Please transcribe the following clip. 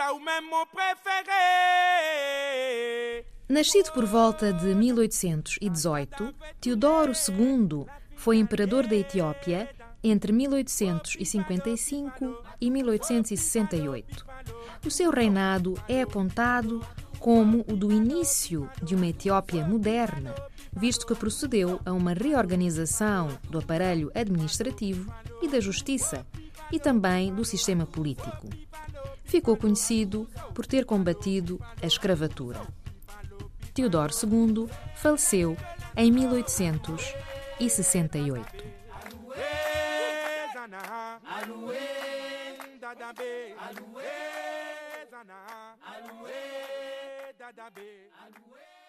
Nascido por volta de 1818, Teodoro II foi imperador da Etiópia entre 1855 e 1868. O seu reinado é apontado como o do início de uma Etiópia moderna, visto que procedeu a uma reorganização do aparelho administrativo e da justiça e também do sistema político. Ficou conhecido por ter combatido a escravatura. Teodoro II faleceu em 1868.